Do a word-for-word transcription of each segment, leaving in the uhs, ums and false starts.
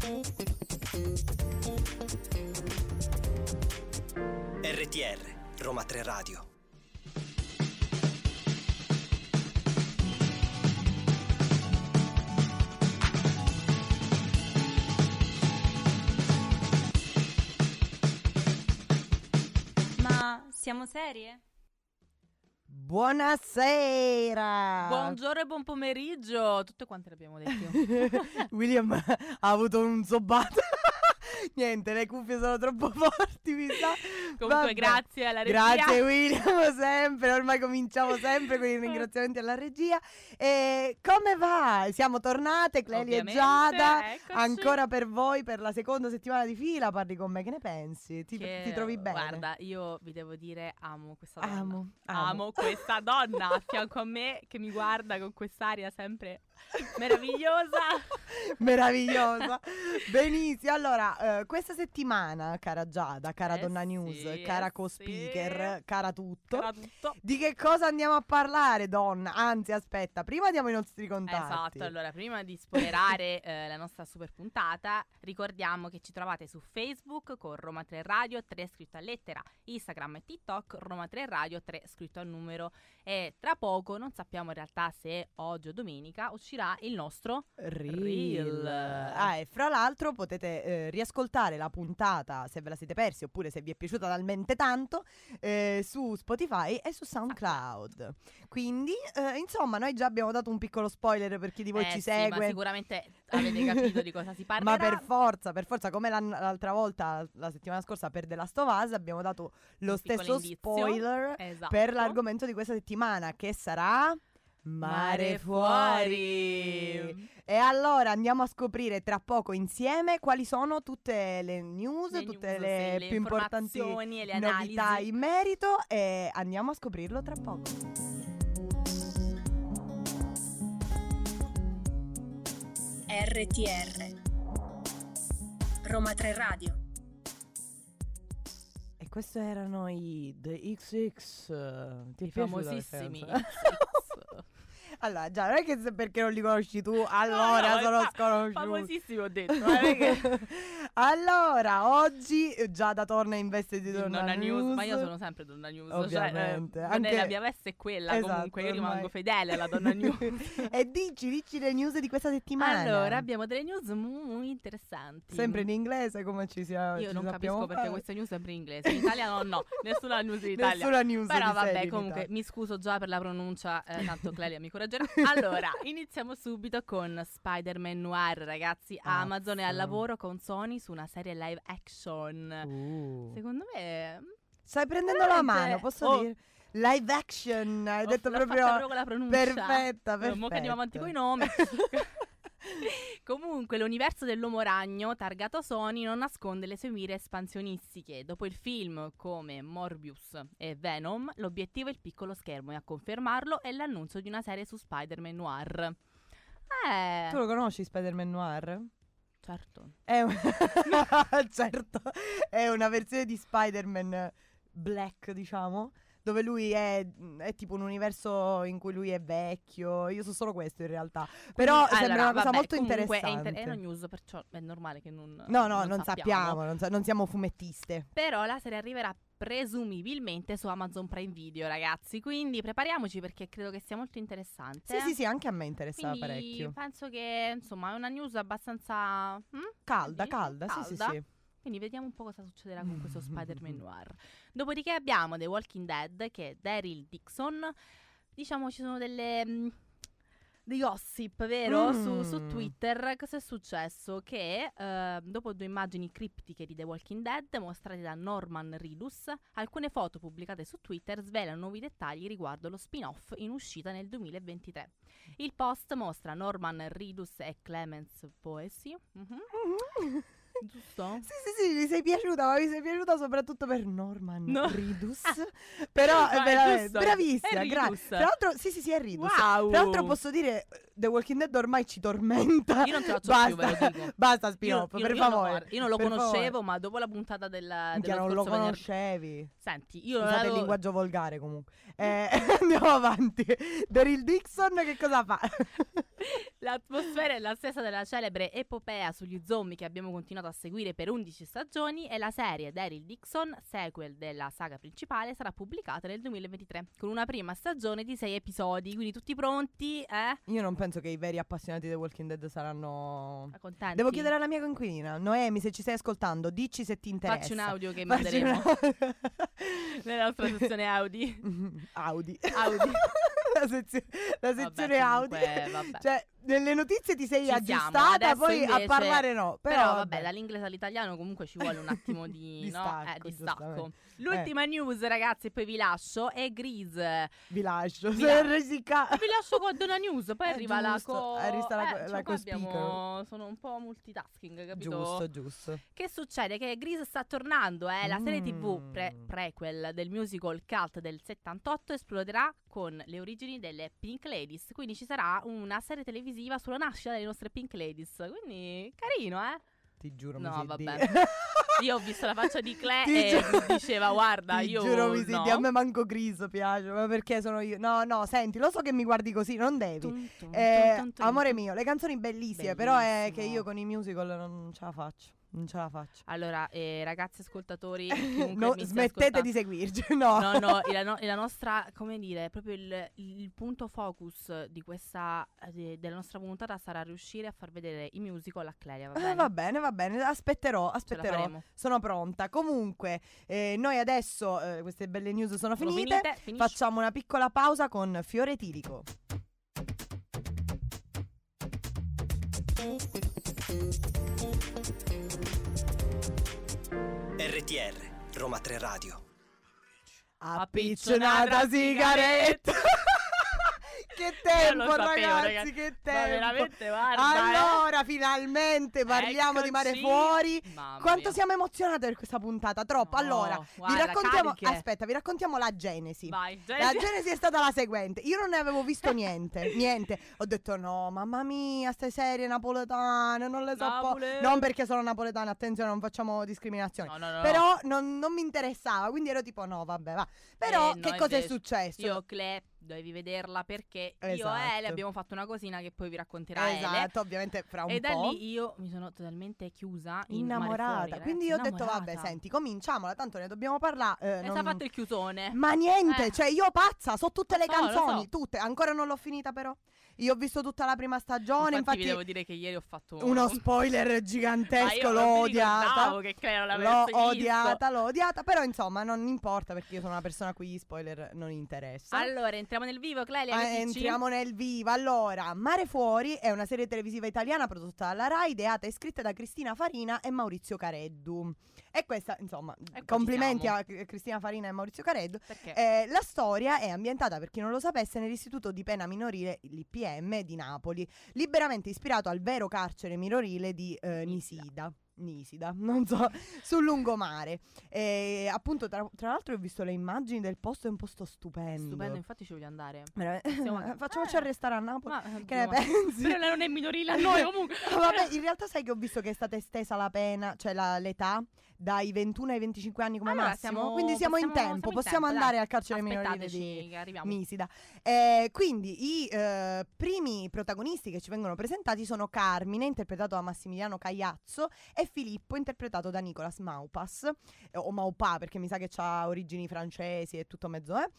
R T R Roma tre Radio. Ma siamo serie? Buonasera. Buongiorno e buon pomeriggio. Tutte quante l'abbiamo detto. William ha avuto un zobato. Niente, le cuffie sono troppo forti, mi sa. Comunque Vabbè. grazie alla regia. Grazie William, sempre. Ormai cominciamo sempre con i ringraziamenti alla regia. E come va? Siamo tornate, Cleli e Ovviamente, Giada. eccoci. Ancora per voi, per la seconda settimana di fila. Parli con me, che ne pensi? Ti, Che, ti trovi bene? Guarda, io vi devo dire, amo questa donna. Amo, amo. Amo questa donna a fianco a me che mi guarda con quest'aria sempre meravigliosa. Meravigliosa. Benissimo. Allora, eh, questa settimana, cara Giada, cara Eh Donna sì, News, eh cara co-speaker, sì. cara tutto. Era tutto. Di che cosa andiamo a parlare, donna? Anzi, aspetta, prima diamo i nostri contatti. Esatto, allora prima di spoilerare eh, la nostra super puntata, ricordiamo che ci trovate su Facebook con Roma tre Radio, tre scritto a lettera, Instagram e TikTok, Roma tre Radio, tre scritto al numero. E tra poco, non sappiamo in realtà se oggi o domenica, uscirà il nostro Reel. Reel. Ah, e fra l'altro potete eh, riascoltare la puntata se ve la siete persi oppure se vi è piaciuta talmente tanto eh, su Spotify e su SoundCloud. Quindi, eh, insomma, noi già abbiamo dato un piccolo spoiler per chi di voi Eh ci sì, segue. ma sicuramente avete capito di cosa si parlerà. Ma per forza, per forza, come l'an- l'altra volta, la settimana scorsa per The Last of Us, abbiamo dato lo Un piccolo stesso indizio. spoiler Esatto. per l'argomento di questa settimana, che sarà Mare Mare fuori. fuori. E allora andiamo a scoprire tra poco insieme quali sono tutte le news, Le tutte news, le sì, le più importanti informazioni e le novità analisi. in merito, e andiamo a scoprirlo tra poco. R T R Roma tre Radio. E questi erano i The X X, eh, ti è I piaciuta la famosissimi referenza? X. Allora, già, non è che se perché non li conosci tu, allora No, no, sono fa- sconosciuti. famosissimo ho detto. non è che- Allora, oggi Giada torna in veste di Di Donna, Donna News. News, ma io sono sempre Donna News. Ovviamente. Cioè, eh, Anche- la mia veste è quella, Esatto, comunque. Io ormai. rimango fedele alla Donna News. E dici, dici le news di questa settimana. Allora, abbiamo delle news molto interessanti. Sempre in inglese, come ci sia. Io ci non sappiamo capisco perché fare. queste news sempre in inglese. In Italia no, no, nessuna news in Italia. Nessuna news Però di vabbè, serie in comunque Italia. mi scuso già per la pronuncia, eh, tanto Clelia mi correggerà. Allora, iniziamo subito con Spider-Man Noir, ragazzi. Ah, Amazon è sì. al lavoro con Sony su una serie live action. Uh. Secondo me Stai prendendo la veramente- mano, posso oh. dire? Live action, hai Ho- detto l'ho proprio fatta proprio con la pronuncia. perfetta, Eh, perfetta. Mo che andiamo avanti con i nomi. Comunque l'universo dell'uomo ragno targato Sony non nasconde le sue mire espansionistiche. Dopo il film come Morbius e Venom, l'obiettivo è il piccolo schermo e a confermarlo è l'annuncio di una serie su Spider-Man Noir. Eh, Tu lo conosci Spider-Man Noir? certo. È un... certo, è una versione di Spider-Man Black, diciamo, dove lui è, è tipo un universo in cui lui è vecchio. Io so solo questo in realtà. Però Quindi, sembra allora, una cosa vabbè, molto comunque interessante. È, inter- è una news, perciò è normale che non No, no, non, sappiamo, non, sa- non siamo fumettiste. Però la serie arriverà presumibilmente su Amazon Prime Video, ragazzi. Quindi prepariamoci perché credo che sia molto interessante. Sì, sì, sì, anche a me interessava Quindi parecchio. penso che insomma è una news abbastanza hm? Calda, Sì, calda, sì, sì, calda. sì. Quindi vediamo un po' cosa succederà con questo Spider-Man Noir. Dopodiché abbiamo The Walking Dead, che è Daryl Dixon. Diciamo ci sono delle mh, dei gossip, vero? Mm. Su, su Twitter. Cosa è successo? Che eh, dopo due immagini criptiche di The Walking Dead mostrate da Norman Reedus, alcune foto pubblicate su Twitter svelano nuovi dettagli riguardo lo spin-off in uscita nel duemilaventitré. Il post mostra Norman Reedus e Clemens Poesy. Mhm. Giusto? Sì, sì, sì, mi sei piaciuta, ma mi sei piaciuta soprattutto per Norman No. Reedus. Però No, è è veramente giusto, bravissima, è gra- Reedus. Tra l'altro, sì, sì, sì, è Reedus. Wow. Tra l'altro posso dire, The Walking Dead ormai ci tormenta. Io non ce la faccio Basta, più, ve lo dico. Basta spin-off, Io- io- per io no, favore. guarda, io non lo per conoscevo, favore. ma dopo la puntata del, Minchia, dello non lo scorso venerdì- conoscevi. Senti, io non Usate il avevo... linguaggio volgare comunque. Eh, andiamo avanti. Daryl Dixon che cosa fa? L'atmosfera è la stessa della celebre epopea sugli zombie che abbiamo continuato a seguire per undici stagioni e la serie Daryl Dixon, sequel della saga principale, sarà pubblicata nel duemilaventitré con una prima stagione di sei episodi, quindi tutti pronti, eh? Io non penso che i veri appassionati di The Walking Dead saranno Contenti? Devo chiedere alla mia coinquilina Noemi se ci stai ascoltando, dici se ti interessa. Facci un audio che Facci manderemo una- nella nostra sezione Audi. Audi Audi. La, sezio- la sezione Vabbè, Audi comunque, vabbè. Cioè nelle notizie ti sei Ci siamo, aggiustata, adesso poi invece- a parlare no. Però, Però, vabbè, dall'inglese all'italiano comunque ci vuole un attimo di, Di no? stacco, Eh, di giustamente. stacco. L'ultima news, ragazzi, e poi vi lascio, è Grease. Vi lascio. Vi Se lascio. risica- Vi lascio con una news, poi È arriva la giusto, co... arriva la co- eh, la cioè, qua cospicolo. abbiamo... Sono un po' multitasking, capito? Giusto, giusto. Che succede? Che Grease sta tornando, eh? La serie tivù pre- Mm. prequel del musical cult del settantotto esploderà con le origini delle Pink Ladies. Quindi ci sarà una serie televisiva sulla nascita delle nostre Pink Ladies. Quindi carino, eh? Ti giuro No, mi si vabbè. di- Io ho visto la faccia di Cle Ti e giuro- mi diceva guarda, Ti io giuro mi si no. di- a me manco Griso piace, ma perché sono io? No, no, senti, lo so che mi guardi così, non devi. Tum, tum, Eh, tum, tum, tum, amore tum. mio, le canzoni bellissime, però è che Bellissimo. io con i musical non ce la faccio. Non ce la faccio. Allora, eh, ragazzi ascoltatori, chiunque No, mi stia smettete ascoltando- di seguirci. No, No, no, e la, no- e la nostra, come dire, proprio il, il punto focus di questa, eh, della nostra puntata sarà riuscire a far vedere i musical a Clelia, va Eh, bene? va bene, va bene, aspetterò, Ce la aspetterò. faremo. Sono pronta. Comunque, eh, noi adesso eh, queste belle news sono Sono finite. finite, finisci. Facciamo una piccola pausa con Fiore Etilico. R T R, Roma tre Radio. Appiccionata sigaretta. Che tempo, Io lo sapevo, ragazzi, ragazzi. che Ma tempo. veramente, guarda, eh. Allora, finalmente parliamo di Mare Eccoci. Fuori. Mamma Quanto mia. siamo emozionate per questa puntata, troppo. No, Allora, vi guarda, raccontiamo cariche. Aspetta, vi raccontiamo la genesi. Vai, La genesi è stata la seguente. Io non ne avevo visto niente, niente. Ho detto no, mamma mia, ste serie napoletane, non le so po'. Napoli. Non perché sono napoletana, attenzione, non facciamo discriminazioni. No, no, no. Però non, non mi interessava, quindi ero tipo no, vabbè, va. Però Eh, no, che cosa è invece, successo? Io, Cle, dovevi vederla perché io e Esatto. Ele abbiamo fatto una cosina che poi vi racconterà Ele. Esatto, ovviamente fra un E da po'. lì io mi sono totalmente chiusa in Innamorata. Mare Fuori, Quindi io ho ragazzi, detto innamorata. vabbè, senti, cominciamola, tanto ne dobbiamo parlare. eh, E non- si è fatto il chiusone. Ma niente, Eh. cioè io pazza, so tutte le Lo so, lo canzoni, so. tutte. Ancora non l'ho finita però. Io ho visto tutta la prima stagione, infatti, infatti, vi devo dire che ieri ho fatto uno spoiler gigantesco, Ma io l'ho non mi odiata. ricordavo che Cleo L'ho l'avesse visto. odiata, l'ho odiata, però insomma non importa perché io sono una persona a cui gli spoiler non interessano. Allora, entriamo nel vivo, Clelia, Ah, che dici? entriamo nel vivo. Allora, Mare Fuori è una serie televisiva italiana prodotta dalla Rai, ideata e scritta da Cristina Farina e Maurizio Careddu. E questa, insomma, Eccoci complimenti siamo. a C- Cristina Farina e Maurizio Careddu. Perché? Eh, la storia è ambientata, per chi non lo sapesse, nell'istituto di pena minorile, l'I P M di Napoli, liberamente ispirato al vero carcere minorile di eh, Nisida. Nisida, non so, sul lungomare. E appunto, tra, tra l'altro, ho visto le immagini del posto, è un posto stupendo. Stupendo, infatti ci voglio andare. Veramente- Stiamo- Facciamoci Eh. arrestare a Napoli. Ma, Che ne oddio, pensi? Però lei non è minorile a noi comunque. Vabbè, in realtà sai che ho visto che è stata estesa la pena, cioè la- l'età dai ventuno ai venticinque anni come Allora, massimo. siamo- Quindi siamo, in possiamo- tempo, siamo in possiamo tempo, andare dai. al carcere minorile Aspettateci di che arriviamo. Nisida. Eh, quindi i eh, primi protagonisti che ci vengono presentati sono Carmine, interpretato da Massimiliano Cagliazzo, e Filippo, interpretato da Nicolas Maupas, eh, o Maupas perché mi sa che ha origini francesi e tutto mezzo, eh.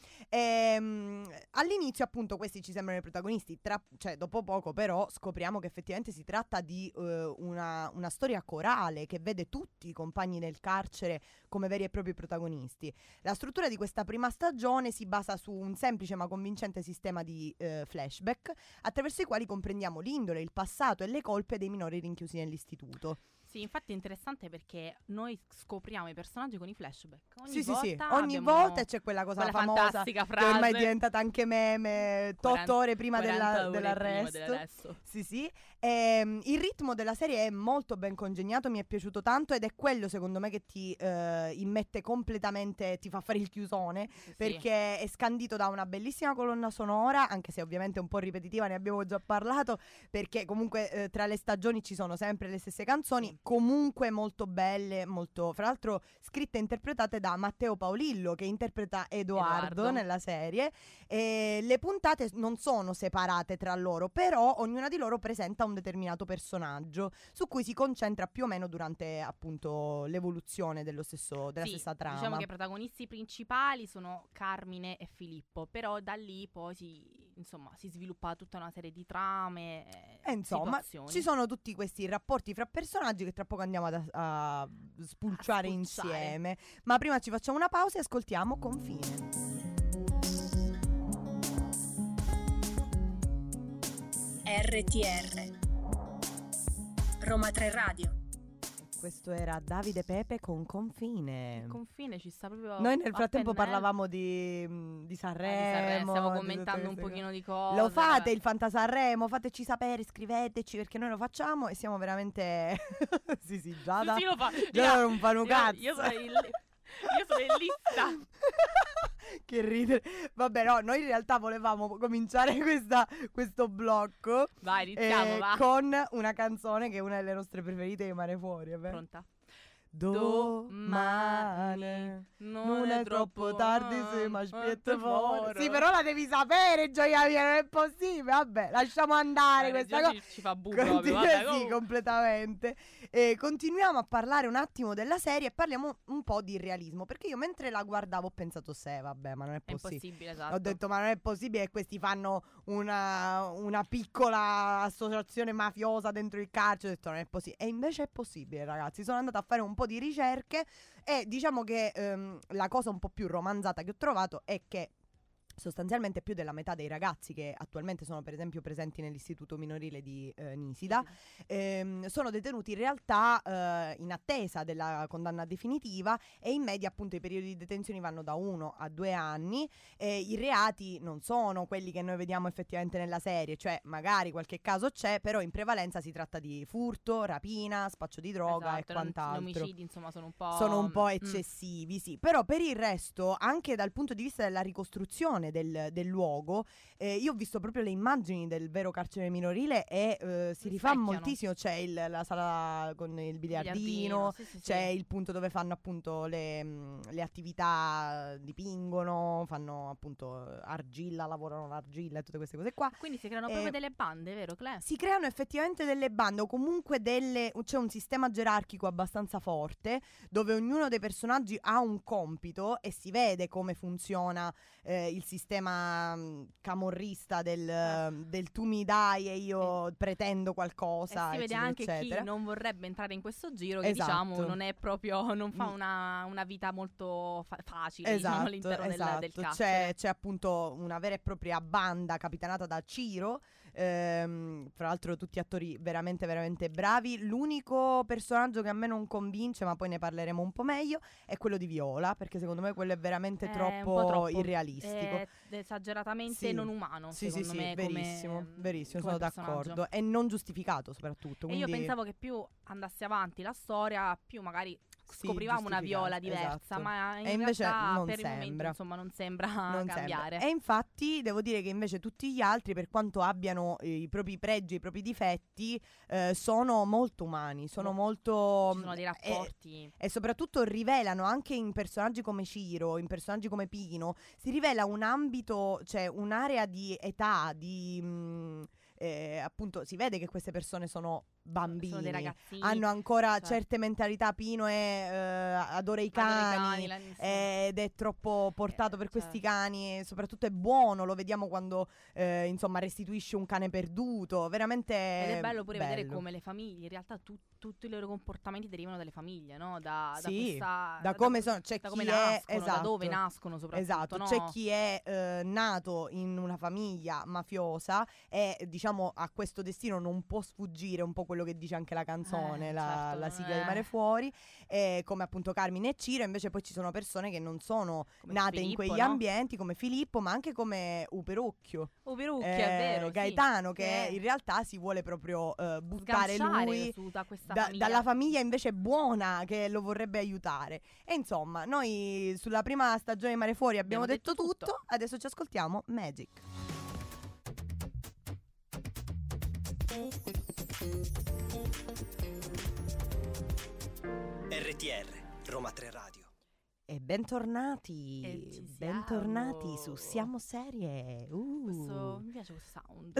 Ehm, all'inizio appunto questi ci sembrano i protagonisti, tra- cioè dopo poco però scopriamo che effettivamente si tratta di eh, una, una storia corale che vede tutti i compagni del carcere come veri e propri protagonisti. La struttura di questa prima stagione si basa su un semplice ma convincente sistema di eh, flashback attraverso i quali comprendiamo l'indole, il passato e le colpe dei minori rinchiusi nell'istituto. Sì, infatti è interessante perché noi scopriamo i personaggi con i flashback. Ogni sì, sì, volta sì, ogni abbiamo volta c'è quella cosa quella famosa fantastica che ormai è frase. diventata anche meme, quaranta otto ore prima quaranta della- ore dell'arresto. prima dell'arresto. Sì, sì. Ehm, il ritmo della serie è molto ben congegnato, mi è piaciuto tanto ed è quello secondo me che ti eh, immette completamente, ti fa fare il chiusone, Sì, sì. perché è scandito da una bellissima colonna sonora, anche se ovviamente è un po' ripetitiva, ne abbiamo già parlato, perché comunque eh, tra le stagioni ci sono sempre le stesse canzoni. comunque molto belle, molto, fra l'altro scritte e interpretate da Matteo Paolillo, che interpreta Edoardo, Edoardo. nella serie. E le puntate non sono separate tra loro, però ognuna di loro presenta un determinato personaggio su cui si concentra più o meno durante appunto l'evoluzione dello stesso, della Sì, stessa trama. Diciamo che i protagonisti principali sono Carmine e Filippo, però da lì poi si, insomma, si sviluppa tutta una serie di trame e E insomma, situazioni. ci sono tutti questi rapporti fra personaggi che tra poco andiamo ad- a, a spulciare A spulciare. insieme. Ma prima ci facciamo una pausa e ascoltiamo Confine. R T R Roma tre Radio. Questo era Davide Pepe con Confine. Il confine ci sta proprio. Noi nel frattempo a pennello. parlavamo di, mh, di Ah, Sanremo, di Sanremo, stiamo di commentando tutte un queste pochino di cose. cose. Lo fate il Fanta Sanremo, fateci sapere, scriveteci perché noi lo facciamo e siamo veramente sì sì Giada. Sì, sì, lo fa. Giada Io- non fanno un io- cazzo. Io sono in, io sono in lista. Che ridere. Vabbè, no, noi in realtà volevamo cominciare questa, questo blocco Vai, iniziamo, eh, va. con una canzone che è una delle nostre preferite di Mare Fuori. Vabbè. Pronta? Domani non, non è troppo tardi se mi aspetto fuori. fuori. Sì, però la devi sapere, gioia mia, non è possibile. Vabbè, lasciamo andare Eh, questa già cosa. ci, ci fa bu Continu- proprio, vabbè, sì, comunque. completamente. E continuiamo a parlare un attimo della serie e parliamo un po' di realismo. Perché io mentre la guardavo ho pensato, se vabbè, ma non è È possibile. impossibile, esatto. Ho detto, ma non è possibile che questi fanno una, una piccola associazione mafiosa dentro il carcere. Ho detto, non è possibile. E invece è possibile, ragazzi. Sono andata a fare un po' di ricerche e diciamo che ehm, la cosa un po' più romanzata che ho trovato è che sostanzialmente più della metà dei ragazzi che attualmente sono per esempio presenti nell'istituto minorile di eh, Nisida ehm, sono detenuti in realtà eh, in attesa della condanna definitiva e in media appunto i periodi di detenzione vanno da uno a due anni. Eh, i reati non sono quelli che noi vediamo effettivamente nella serie, cioè magari qualche caso c'è, però in prevalenza si tratta di furto, rapina, spaccio di droga Esatto, e non- quant'altro. Gli omicidi insomma sono un po'. Sono un po' mm. eccessivi, sì. Però per il resto, anche dal punto di vista della ricostruzione del, del luogo, eh, io ho visto proprio le immagini del vero carcere minorile e eh, si rifà Rispecchiano. moltissimo. C'è il- la sala con il biliardino, Biliardino, sì, sì, sì. c'è il punto dove fanno appunto le, mh, le attività, dipingono, fanno appunto argilla, lavorano l'argilla e tutte queste cose qua. Quindi si creano Eh, proprio delle bande, vero Cle? Si creano effettivamente delle bande o comunque delle, c'è un sistema gerarchico abbastanza forte dove ognuno dei personaggi ha un compito e si vede come funziona eh, il sistema mh, camorrista del, Eh. del tu mi dai e io pretendo qualcosa, E si vede eccetera, anche eccetera. chi non vorrebbe entrare in questo giro, che Esatto. diciamo non è proprio, non fa Mm. una, una vita molto fa- facile, diciamo, Esatto, all'interno del- esatto. del, C'è, carcere. c'è appunto una vera e propria banda capitanata da Ciro, ehm, fra l'altro tutti attori veramente veramente bravi. L'unico personaggio che a me non convince, ma poi ne parleremo un po' meglio, è quello di Viola, perché secondo me quello è veramente È un troppo, po' troppo. irrealistico. È esageratamente Sì. non umano, Sì, sì, secondo sì, me, verissimo, come, verissimo, come sono personaggio. d'accordo. E non giustificato soprattutto. E io quindi- pensavo che più andasse avanti la storia, più magari Sì, scoprivamo una giustificato, Viola diversa, esatto. ma in E invece realtà non per il momento sembra. insomma non sembra Non cambiare. sembra. E infatti devo dire che invece tutti gli altri, per quanto abbiano eh, i propri pregi e i propri difetti, eh, sono molto umani, sono Mo- molto... Ci sono dei eh, rapporti. e soprattutto rivelano anche in personaggi come Ciro, in personaggi come Pino, si rivela un ambito, cioè un'area di età, di... mh, eh, appunto si vede che queste persone sono bambini, Sono dei ragazzini. hanno ancora cioè. certe mentalità. Pino è, eh, adora i Adora i cani, cani, la- sì. ed è troppo portato Eh, per cioè. questi cani, e soprattutto è buono, lo vediamo quando eh, insomma restituisce un cane perduto, veramente Ed è bello pure vedere bello. come le famiglie, in realtà tu- tutti i loro comportamenti derivano dalle famiglie, no? Da, da Sì, questa, da come sono, c'è da chi come è, nascono, esatto, da dove nascono soprattutto, esatto, no? c'è chi è eh, nato in una famiglia mafiosa e diciamo a questo destino non può sfuggire, un po' quello che dice anche la canzone, Eh, la, certo, la non sigla di è- Mare Fuori, eh, come appunto Carmine e Ciro. Invece poi ci sono persone che non sono Come nate in Filippo, quegli no? ambienti, come Filippo, ma anche come Uperucchio, Oh, Perucchi, eh, è vero, sì. Gaetano, che Che in realtà si vuole proprio eh, buttare Sganciare lui su da questa da- famiglia. dalla famiglia invece buona che lo vorrebbe aiutare. E insomma, noi sulla prima stagione di Mare Fuori abbiamo, Abbiamo detto, detto tutto. tutto. Adesso ci ascoltiamo Magic. R T R, Roma tre Radio. E bentornati, E ci bentornati siamo. su Siamo Serie. Uh. Questo, mi piace questo sound.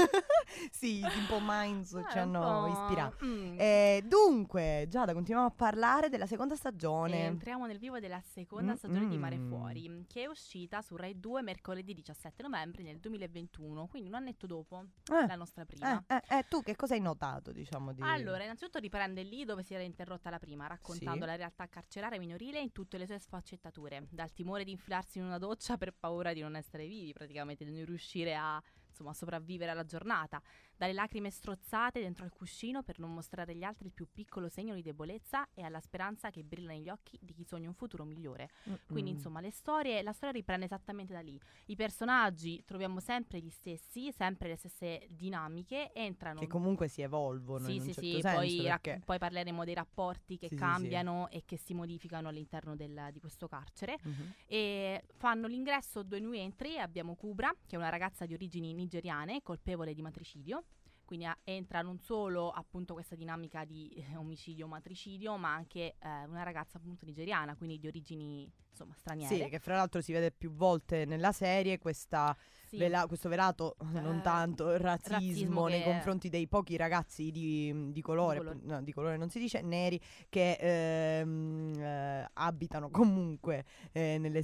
Sì, Simple Minds Eh, ci un hanno po'. ispirato. Mm. Eh, dunque, Giada, continuiamo a parlare della seconda E stagione. entriamo nel vivo della seconda Mm, stagione di Mare mm. Fuori, che è uscita su Rai due mercoledì diciassette novembre nel duemilaventuno, quindi un annetto dopo Eh, la nostra prima. eh, eh, eh, tu che cosa hai notato, diciamo, di... Allora, innanzitutto riprende lì dove si era interrotta la prima, raccontando Sì. la realtà carceraria minorile in tutte le sue sfaccettature, dal timore di infilarsi in una doccia per paura di non essere vivi, praticamente di non riuscire a, insomma, a sopravvivere alla giornata, dalle lacrime strozzate dentro al cuscino per non mostrare agli altri il più piccolo segno di debolezza e alla speranza che brilla negli occhi di chi sogna un futuro migliore. Quindi, Mm. insomma, le storie, la storia riprende esattamente da lì. I personaggi troviamo sempre gli stessi, sempre le stesse dinamiche, entrano. Che comunque si evolvono Sì, in un sì, certo sì, senso, poi, rac- perché... poi parleremo dei rapporti che Sì, sì, cambiano e che si modificano all'interno del- di questo carcere. Mhm. E fanno l'ingresso due new entry. Abbiamo Kubra, che è una ragazza di origini nigeriane, colpevole di matricidio. Quindi a- entra non solo appunto questa dinamica di eh, omicidio-matricidio, ma anche eh, una ragazza appunto nigeriana, quindi di origini insomma straniere. Sì, che fra l'altro si vede più volte nella serie questa Sì. vela- questo velato, non Eh, tanto, razzismo, razzismo nei che- confronti dei pochi ragazzi di, di colore, Di colore. appunto, no, di colore non si dice, neri, che ehm, eh, abitano comunque eh, nelle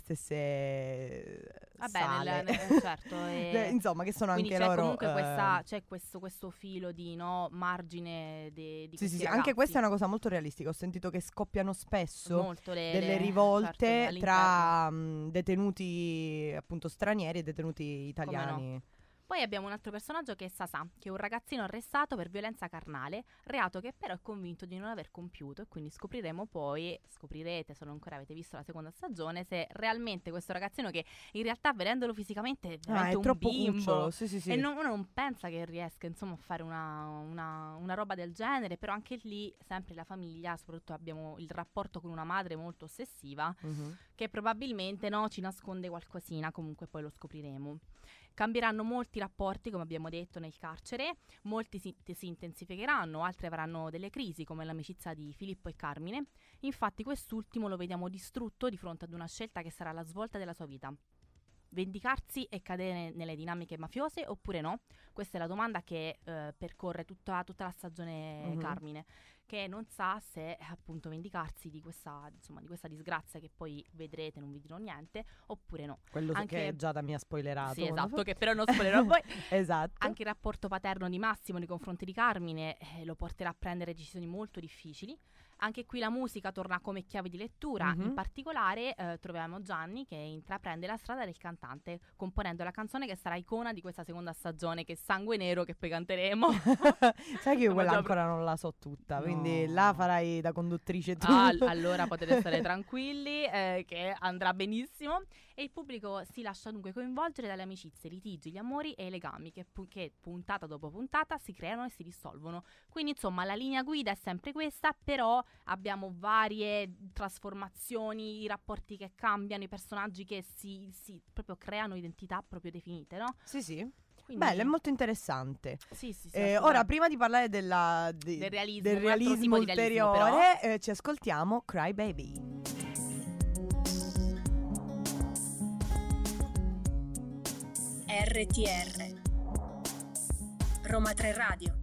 stesse Vabbè, sale. nel- nel- certo, Eh, e- Insomma, che sono Quindi anche c'è loro... comunque eh, questa, c'è questo, questo filo di no, margine de- di sì, sì, questi sì, anche ragazzi. questa è una cosa molto realistica. Ho sentito che scoppiano spesso Molto le- delle le- rivolte certo, all'interno. tra mh, detenuti appunto stranieri e detenuti italiani. Poi abbiamo un altro personaggio che è Sasà, che è un ragazzino arrestato per violenza carnale, reato che però è convinto di non aver compiuto, e quindi scopriremo poi, scoprirete se non ancora avete visto la seconda stagione, se realmente questo ragazzino, che in realtà vedendolo fisicamente è Ah, veramente è un troppo bimbo, cucciolo, sì, sì, sì. e non, uno non pensa che riesca insomma a fare una, una, una roba del genere, però anche lì sempre la famiglia, soprattutto abbiamo il rapporto con una madre molto ossessiva, Mhm. che probabilmente no, ci nasconde qualcosina, comunque poi lo scopriremo. Cambieranno molti rapporti, come abbiamo detto, nel carcere, molti si, si intensificheranno, altri avranno delle crisi, come l'amicizia di Filippo e Carmine. Infatti quest'ultimo lo vediamo distrutto di fronte ad una scelta che sarà la svolta della sua vita. Vendicarsi e cadere nelle dinamiche mafiose oppure no? Questa è la domanda che eh, percorre tutta, tutta la stagione Mhm. Carmine, che non sa se appunto vendicarsi di questa, insomma, di questa disgrazia che poi vedrete, non vi dirò niente, oppure no. Quello Anche- che Giada mi ha spoilerato. Sì, esatto, che però non spoilerò a voi. Esatto. Anche il rapporto paterno di Massimo nei confronti di Carmine eh, lo porterà a prendere decisioni molto difficili. Anche qui la musica torna come chiave di lettura. Mhm. In particolare eh, troviamo Gianni che intraprende la strada del cantante, componendo la canzone che sarà icona di questa seconda stagione, che è Sangue Nero, che poi canteremo. Sai che io Ma quella già- ancora non la so tutta, No. quindi là farai da conduttrice tu. Ah, allora potete stare tranquilli eh, che andrà benissimo. E il pubblico si lascia dunque coinvolgere dalle amicizie, i litigi, gli amori e i legami che, pu- che puntata dopo puntata si creano e si dissolvono. Quindi insomma la linea guida è sempre questa, però abbiamo varie trasformazioni, i rapporti che cambiano, i personaggi che si, si proprio creano identità proprio definite, no? Sì, sì. Quindi, Bello, è molto interessante. Sì, sì, sì, Eh, ora, assolutamente. prima di parlare della, di- Del realismo, del un altro realismo tipo di realismo, ulteriore, eh, ci ascoltiamo Cry Baby. R T R Roma tre Radio.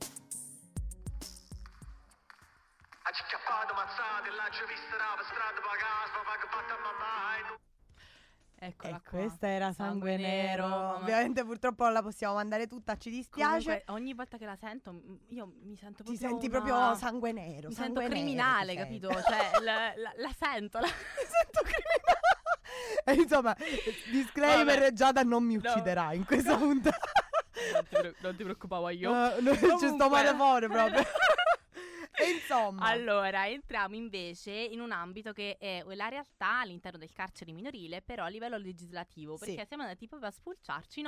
Eccola E qua. questa era Sangue, Sangue Nero. Nero, mamma- Ovviamente purtroppo non la possiamo mandare tutta, ci dispiace. Comunque, ogni volta che la sento, m- io mi sento Ti proprio senti una- proprio sangue nero. Mi sangue sento nero, criminale, ti senti. capito? Cioè, la, la- la sento. La... Mi sento criminale. E insomma, disclaimer, Vabbè. Giada non mi No. ucciderà in questa puntata. non, ti pre- non ti preoccupavo io. No, no, ci sto Comunque. male fuori proprio. E insomma, Allora, entriamo invece in un ambito che è la realtà all'interno del carcere minorile, però a livello legislativo, Sì. perché siamo andati proprio a spulciarci, no?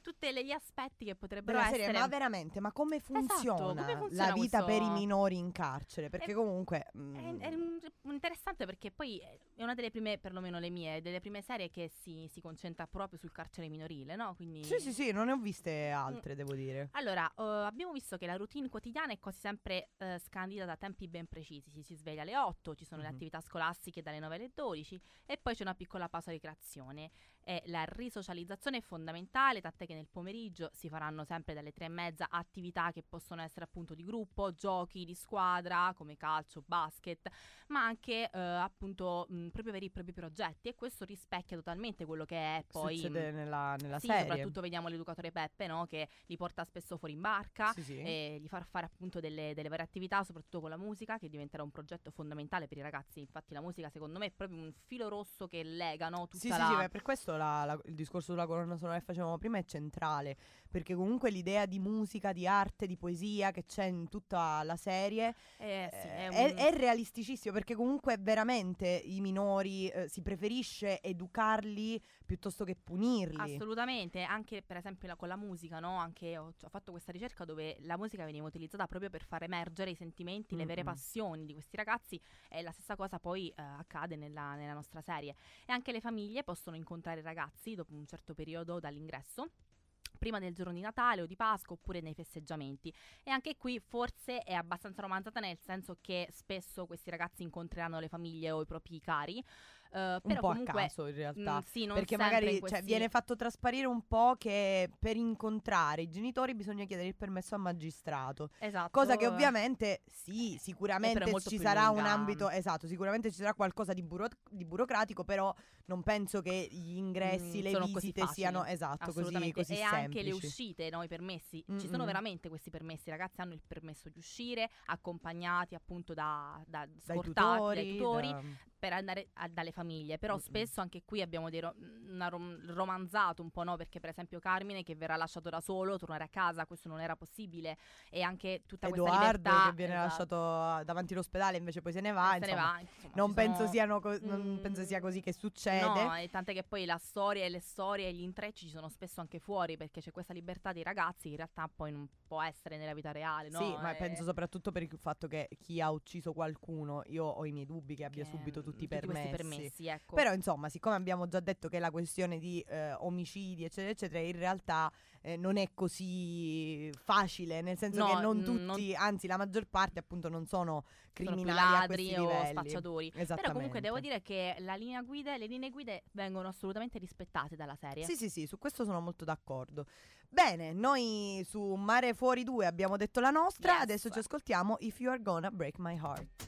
tutti gli aspetti che potrebbero Della serie, essere. ma veramente, ma come funziona, Esatto, come funziona la vita questo- per i minori in carcere? Perché È- comunque È, mm, è un- interessante perché poi è una delle prime, perlomeno le mie, delle prime serie che si, si concentra proprio sul carcere minorile, no? Quindi sì, sì, sì, non ne ho viste altre, devo dire. Allora, eh, abbiamo visto che la routine quotidiana è quasi sempre eh, scandita da tempi ben precisi. Si, si sveglia alle otto, ci sono Mhm. le attività scolastiche dalle nove alle dodici e poi c'è una piccola pausa di creazione. E la risocializzazione è fondamentale, tant'è che nel pomeriggio si faranno sempre dalle tre e mezza attività che possono essere appunto di gruppo, giochi di squadra come calcio, basket, ma anche eh, appunto mh, proprio veri e propri progetti, e questo rispecchia totalmente quello che è poi Succede nella, nella sì, serie. soprattutto vediamo l'educatore Peppe, no? Che li porta spesso fuori in barca Sì, sì. e gli fa fare appunto delle, delle varie attività, soprattutto con la musica, che diventerà un progetto fondamentale per i ragazzi. Infatti la musica secondo me è proprio un filo rosso che lega, no? Tutta Sì, la... sì, sì, ma per questo la- la- il discorso sulla colonna sonora che facevamo prima è centrale, perché comunque l'idea di musica, di arte, di poesia che c'è in tutta la serie Eh, sì, eh, è è, un- è realisticissimo, perché comunque veramente i minori eh, si preferisce educarli piuttosto che punirli. Assolutamente, anche per esempio la- con la musica, no? Anche ho, ho fatto questa ricerca dove la musica veniva utilizzata proprio per far emergere i sentimenti, le vere Mm-mm. passioni di questi ragazzi, e la stessa cosa poi eh, accade nella, nella nostra serie. E anche le famiglie possono incontrare i ragazzi dopo un certo periodo dall'ingresso, prima del giorno di Natale o di Pasqua, oppure nei festeggiamenti. E anche qui forse è abbastanza romanzata, nel senso che spesso questi ragazzi incontreranno le famiglie o i propri cari. eh, Un però po' comunque a caso in realtà. mm, sì, non Perché sempre magari in cioè, questi- viene fatto trasparire un po' che per incontrare i genitori bisogna chiedere il permesso al magistrato. Esatto. Cosa che ovviamente sì, Eh, sicuramente però è molto ci più sarà lunga. un ambito, esatto, sicuramente ci sarà qualcosa di, buro- di burocratico, però non penso che gli ingressi, Mm, le sono così visite facili. siano esatto, così, Assolutamente. così e anche le semplici. uscite, no, i permessi. Ci Mm-mm. sono veramente questi permessi. I ragazzi hanno il permesso di uscire, accompagnati appunto da, da Dai scortati, tutori, dai tutori da- per andare a- dalle famiglie. Però Mm-mm. spesso anche qui abbiamo dei ro- una rom- romanzato un po', no? Perché per esempio Carmine che verrà lasciato da solo, tornare a casa, questo non era possibile. E anche tutta questa Edoardo libertà che viene esatto, lasciato davanti all'ospedale invece poi se ne va, se ne insomma. va, insomma, Non ci penso, sono- siano co- non Mm, penso sia così che succede. No, e tant'è che poi la storia e le storie e gli intrecci ci sono spesso anche fuori, perché c'è questa libertà dei ragazzi che in realtà poi non può essere nella vita reale, no? Sì, ma E- penso soprattutto per il fatto che chi ha ucciso qualcuno, io ho i miei dubbi che abbia che, subito mm, tutti i questi permessi. permessi, ecco. Però insomma, siccome abbiamo già detto che la questione di eh, omicidi, eccetera, eccetera, in realtà eh, non è così facile, nel senso No, che non mm, tutti, non- anzi la maggior parte appunto non sono Sono più criminali a ladri questi o livelli. spacciatori. Esattamente. Però comunque devo dire che la linea guida, le linee guide vengono assolutamente rispettate dalla serie. Sì, sì, sì, su questo sono molto d'accordo. Bene, noi su Mare Fuori due abbiamo detto la nostra, Yes. adesso ci ascoltiamo If You Are Gonna Break My Heart.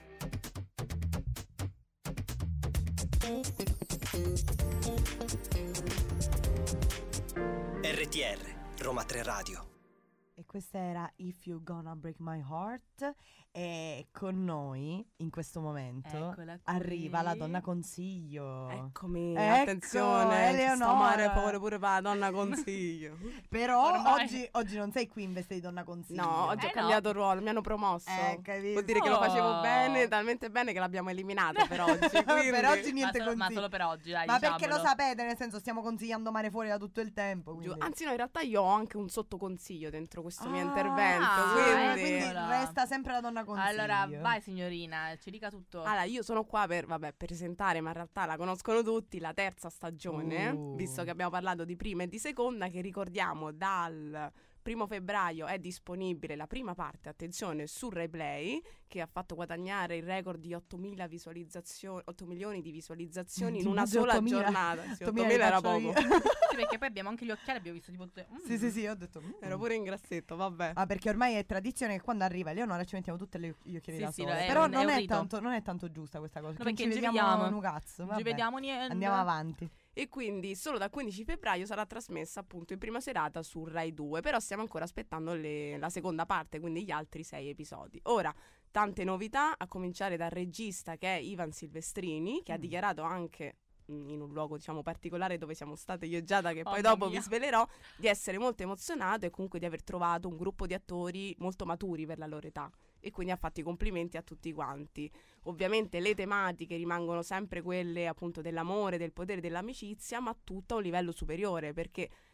R T R, Roma tre Radio. E questa era If You Gonna Break My Heart. E con noi in questo momento Eccola qui. arriva la donna consiglio. Eccomi, Ecco, attenzione, ci sta Eleonora. male pure pure per la donna consiglio. Però Ormai- oggi, oggi non sei qui in veste di donna consiglio. No, oggi Eh ho no. cambiato ruolo, mi hanno promosso. Eh, capito? Vuol dire che lo facevo Oh. bene, talmente bene che l'abbiamo eliminata per oggi. Quindi... Per oggi ma, niente solo, ma consiglio. solo per oggi, dai, Ma perché lo diciamolo. sapete, nel senso stiamo consigliando Mare Fuori da tutto il tempo. Giu- Quindi. Anzi no, in realtà io ho anche un sottoconsiglio dentro questo mio Ah, intervento. eh, Quindi... quindi Eccola. resta sempre la donna consiglio. Allora, vai signorina, ci dica tutto. Allora, io sono qua per, vabbè, per presentare, ma in realtà la conoscono tutti, la terza stagione, Uh. visto che abbiamo parlato di prima e di seconda, che ricordiamo dal primo febbraio è disponibile la prima parte, attenzione, su RaiPlay, che ha fatto guadagnare il record di ottomila visualizzazioni, otto milioni di visualizzazioni in Sì, una di sola ottomila. giornata. Sì, ottomila ottomila era li faccio poco. io. Sì, perché poi abbiamo anche gli occhiali, abbiamo visto tipo tutte... mm. Sì, sì, sì, ho detto. mm. Ero pure in grassetto, vabbè. Ah, perché ormai è tradizione che quando arriva Eleonora ci mettiamo tutte le gli occhiali Sì, da sì, sole. è Però un- è non, un è rito. tanto, non è tanto giusta questa cosa. No, perché perché non ci non ci vediamo vediamo. un cazzo. Non ci vabbè. vediamo niente. Andiamo avanti. E quindi solo dal quindici febbraio sarà trasmessa appunto in prima serata su Rai due, però stiamo ancora aspettando le- la seconda parte, quindi gli altri sei episodi. Ora, tante novità, a cominciare dal regista che è Ivan Silvestrini, che ha Mm. dichiarato anche mh, in un luogo diciamo particolare dove siamo state io e Giada, che poi Mamma dopo mia. vi svelerò, di essere molto emozionato e comunque di aver trovato un gruppo di attori molto maturi per la loro età. E quindi ha fatto i complimenti a tutti quanti. Ovviamente le tematiche rimangono sempre quelle appunto dell'amore, del potere, dell'amicizia, ma tutto a un livello superiore, perché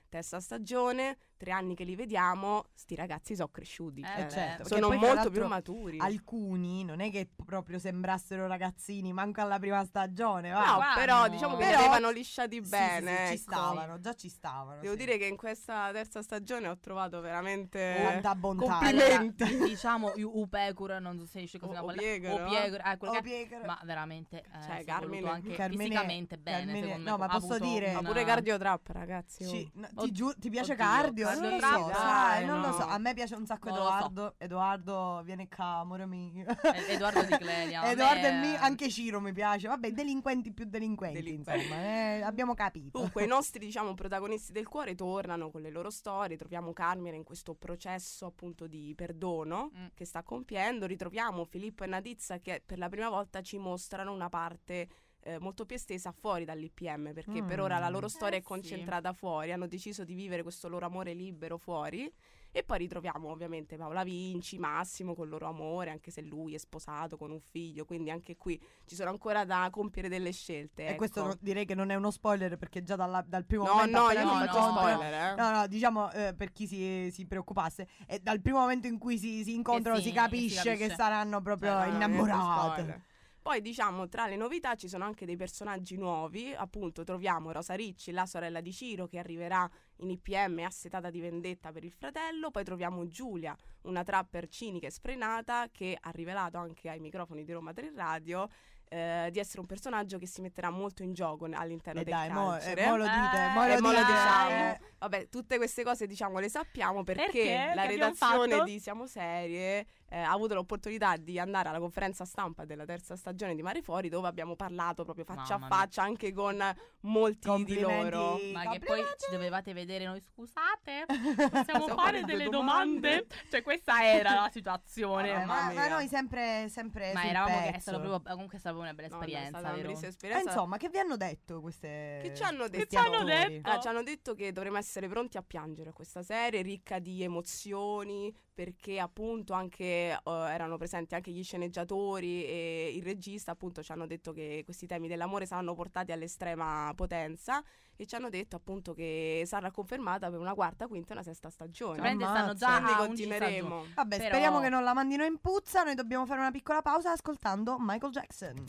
terza stagione, tre anni che li vediamo, sti ragazzi sono cresciuti, Eh, cioè, beh. certo, perché sono poi, tra molto l'altro, più maturi. Alcuni non è che proprio sembrassero ragazzini, manco alla prima stagione, va. No, Qua però no. diciamo che Però- li avevano lisciati Sì, sì, bene, sì, ci ecco. stavano, già ci stavano. Devo sì. dire che in questa terza stagione ho trovato veramente Tanta bontà. complimenti. Allora, diciamo U Pecora, non so se dice così O- una o parola. Piegoro. O Piegoro, eh, quello Oh, che- Piegoro. ma veramente eh, Cioè, si è Carmine- voluto anche Carmine- fisicamente bene, Carmine- secondo me. no, ma ha posso avuto dire- Ma un- pure cardio trap, ragazzi. oh. Sì, no, Od- ti, giu- ti piace oddio, cardio? cardio Non lo trap, so, dai, sai, non lo no. so. A me piace un sacco Non lo so. Edoardo. Edoardo, viene qua, amore mio. Eh, Edoardo Di Clelia. a Edoardo me- e me, anche Ciro mi piace. Vabbè, delinquenti più delinquenti, Delinquenti. insomma, eh, abbiamo capito. Comunque i nostri, diciamo, protagonisti del cuore tornano con le loro storie, troviamo Carmine in questo processo appunto di perdono Mm. che sta compiendo, ritroviamo Filippo e Nadizza che per la prima volta ci mostrano una parte eh, molto più estesa fuori dall'I P M, perché per ora la loro storia Eh, è concentrata fuori, hanno deciso di vivere questo loro amore libero fuori. E poi ritroviamo ovviamente Paola Vinci, Massimo con il loro amore, anche se lui è sposato con un figlio, quindi anche qui ci sono ancora da compiere delle scelte. E ecco. questo no- direi che non è uno spoiler perché già dalla- dal primo No, momento no, appena io si non no, faccio no, incontrano- spoiler, eh. No, no, diciamo eh, per chi si, si preoccupasse, è dal primo momento in cui si, si incontrano sì, si, si capisce capisce. che saranno proprio Cioè, no, niente innamorate. spoiler. Poi diciamo tra le novità ci sono anche dei personaggi nuovi, appunto troviamo Rosa Ricci, la sorella di Ciro che arriverà in I P M assetata di vendetta per il fratello, poi troviamo Giulia, una trapper cinica e sfrenata che ha rivelato anche ai microfoni di Roma tre Radio eh, di essere un personaggio che si metterà molto in gioco all'interno E del dai, mo, carcere. eh, mo lo dite, Eh, mo lo E mo lo dite. diciamo. Vabbè, tutte queste cose diciamo le sappiamo perché, Perché? la Che abbiamo redazione fatto? di Siamo Serie eh, ha avuto l'opportunità di andare alla conferenza stampa della terza stagione di Mare Fuori, dove abbiamo parlato proprio faccia Mamma a mia. faccia anche con molti di Complimenti. loro. Ma che poi ci dovevate vedere noi, scusate, Possiamo possiamo fare delle domande? Cioè questa era la situazione. Vabbè, Mamma ma, ma mia. noi sempre, sempre Ma sul eravamo che è pezzo. stato proprio, comunque è stata proprio una bella No, no, è esperienza, stata una vero? bellissima Eh, esperienza. insomma, che vi hanno detto queste Che ci hanno questi detto? Che ci hanno attori? detto? Ah, ci hanno detto che dovremmo essere pronti a piangere a questa serie, ricca di emozioni, perché appunto anche eh, erano presenti anche gli sceneggiatori e il regista, appunto ci hanno detto che questi temi dell'amore saranno portati all'estrema potenza e ci hanno detto appunto che sarà confermata per una quarta, quinta e una sesta stagione. Praticamente stanno Ammazza. già Quindi a undici stagioni. continueremo. Vabbè, Però- speriamo che non la mandino in puzza. Noi dobbiamo fare una piccola pausa ascoltando Michael Jackson.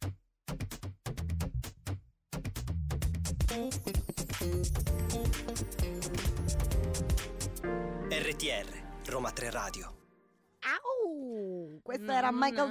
R T R, Roma tre Radio. Au! Questo era Michael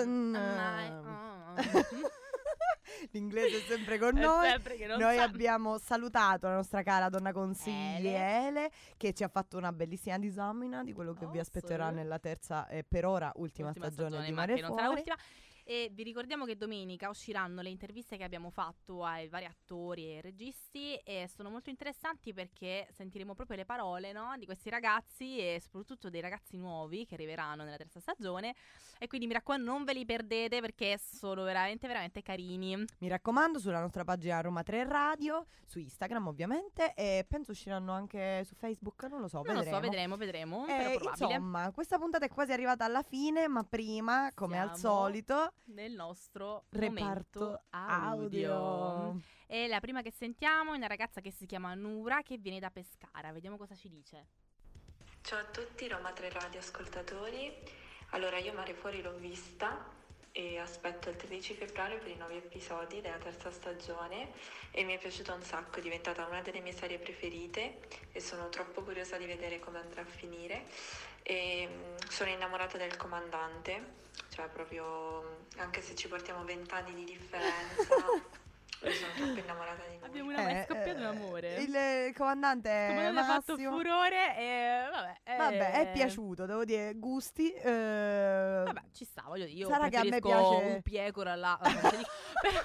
Jackson. L'inglese è sempre con noi. Noi abbiamo salutato la nostra cara donna consigliere Ele, che ci ha fatto una bellissima disamina di quello che Oh, vi aspetterà sì. nella terza e per ora ultima, Ultima stagione, di ma Mare che non sarà Fuori. ultima. E vi ricordiamo che domenica usciranno le interviste che abbiamo fatto ai vari attori e registi e sono molto interessanti perché sentiremo proprio le parole, no, di questi ragazzi e soprattutto dei ragazzi nuovi che arriveranno nella terza stagione e quindi mi raccomando non ve li perdete perché sono veramente veramente carini. Mi raccomando, sulla nostra pagina Roma tre Radio, su Instagram ovviamente, e penso usciranno anche su Facebook, non lo so, Non lo vedremo. so, vedremo, vedremo, Eh, però probabile. insomma, questa puntata è quasi arrivata alla fine, ma prima, come al Siamo solito, nel nostro reparto momento audio. audio. E la prima che sentiamo è una ragazza che si chiama Nura che viene da Pescara. Vediamo cosa ci dice. Ciao a tutti, Roma tre Radio ascoltatori. Allora, io Mare Fuori l'ho vista e aspetto il tredici febbraio per i nuovi episodi della terza stagione e mi è piaciuta un sacco, è diventata una delle mie serie preferite e sono troppo curiosa di vedere come andrà a finire. E mh, sono innamorata del comandante, cioè proprio, anche se ci portiamo vent'anni di differenza, io sono troppo innamorata di lui. Abbiamo una è scoppiato un amore. Il, il comandante è Come ha fatto Massimo. furore e vabbè. eh, Vabbè, è piaciuto, devo dire, gusti. eh, Vabbè, ci sta, voglio dire, io Sarà che a me preferisco piace- un piecora là. vabbè, se dico- però-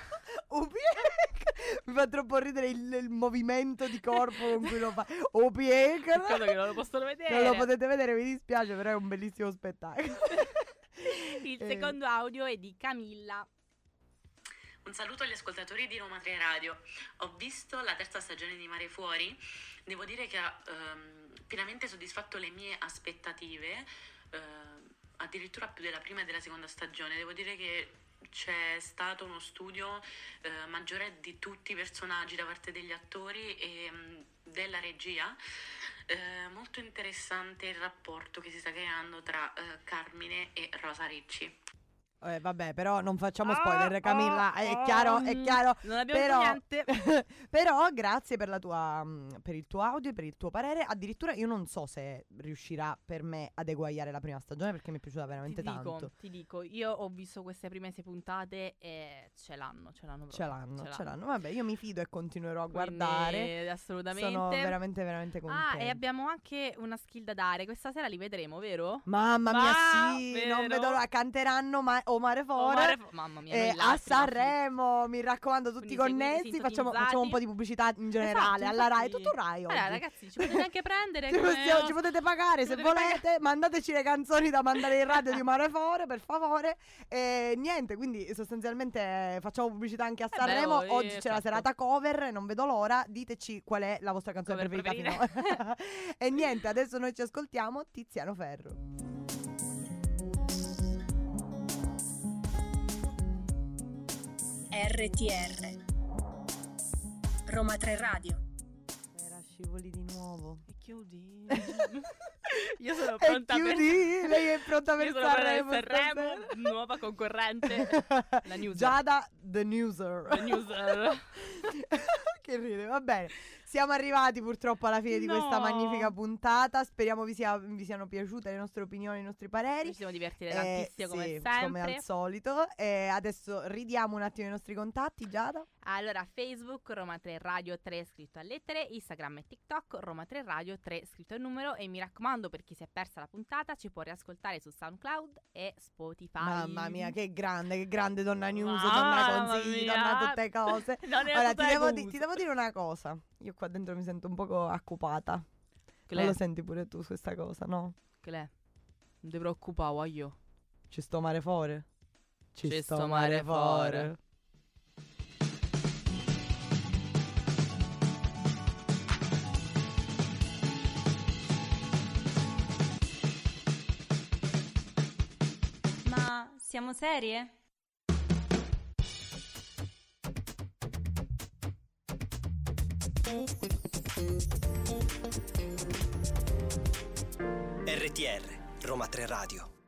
Opiec! Mi fa troppo ridere il, il movimento di corpo con cui lo fa. Opiec! Peccato che non lo possono vedere. Non lo potete vedere, mi dispiace, però è un bellissimo spettacolo. Il Eh. secondo audio è di Camilla. Un saluto agli ascoltatori di Roma tre Radio. Ho visto la terza stagione di Mare Fuori, devo dire che ha ehm, pienamente soddisfatto le mie aspettative, ehm, addirittura più della prima e della seconda stagione. Devo dire che c'è stato uno studio eh, maggiore di tutti i personaggi da parte degli attori e mh, della regia. Eh, molto interessante il rapporto che si sta creando tra eh, Carmine e Rosa Ricci. Eh, vabbè, però non facciamo Ah, spoiler, Camilla, ah, è ah, chiaro, è mm, chiaro. non abbiamo però, detto niente. però grazie per la tua mm, per il tuo audio, per il tuo parere. Addirittura io non so se riuscirà per me ad eguagliare la prima stagione, perché mi è piaciuta veramente ti dico, tanto. Ti dico, io ho visto queste prime sei puntate e ce l'hanno, ce l'hanno proprio. Ce l'hanno, ce l'hanno. Vabbè, io mi fido e continuerò a Quindi, guardare. assolutamente. Sono veramente veramente contenta. Ah, e abbiamo anche una skill da dare. Questa sera li vedremo, vero? Mamma mia, Ma, sì, vero? non vedo l'ora. Canteranno ma- o Mare Oh, Fore. Mare Fo- Mamma mia, Eh, noi là, a prima Sanremo, mi raccomando, tutti Quindi seguite, connessi. Facciamo, sintonizzati. facciamo un po' di pubblicità in generale. Esatto, alla Rai, infatti. tutto Rai oggi. Allora, ragazzi, ci potete anche prendere. Ci, come possiamo- os- ci potete pagare ci se potete volete. Mandateci le canzoni da mandare in radio di Mare Fore, per favore. E niente, quindi sostanzialmente facciamo pubblicità anche a Eh Sanremo. beh, oh, Oggi eh, c'è la certo. serata cover, non vedo l'ora. Diteci qual è la vostra canzone Cover preferita finora. E niente, adesso noi ci ascoltiamo Tiziano Ferro. R T R Roma tre Radio. Era scivoli di nuovo. E chiudi. Io sono E pronta per chiudi, lei è pronta per Io sono pronta per Sanremo. Sanremo, stasera. nuova concorrente. La newser. Giada the Newser. La newser. Che ride, va bene. Siamo arrivati purtroppo alla fine di No. questa magnifica puntata. Speriamo vi, sia- vi siano piaciute le nostre opinioni, i nostri pareri. Ci siamo divertiti Eh, tantissimo come sì, sempre. come al solito. E adesso ridiamo un attimo i nostri contatti, Giada. Allora, Facebook Roma tre Radio tre scritto a lettere, Instagram e TikTok Roma tre Radio tre scritto a numero. E mi raccomando, per chi si è persa la puntata, ci può riascoltare su SoundCloud e Spotify. Mamma mia, che grande, che grande donna news, Mamma donna consigli, mia. donna tutte cose. Non è Allora, tutta ti devo, cosa. di- ti devo dire una cosa. Io qua dentro mi sento un poco occupata. Che Non l'è? lo senti pure tu su questa cosa, no? Che l'è? Non ti preoccupare, io. Ci sto mare fuori? Ci sto mare fuori. Ma siamo serie? R T R Roma tre Radio.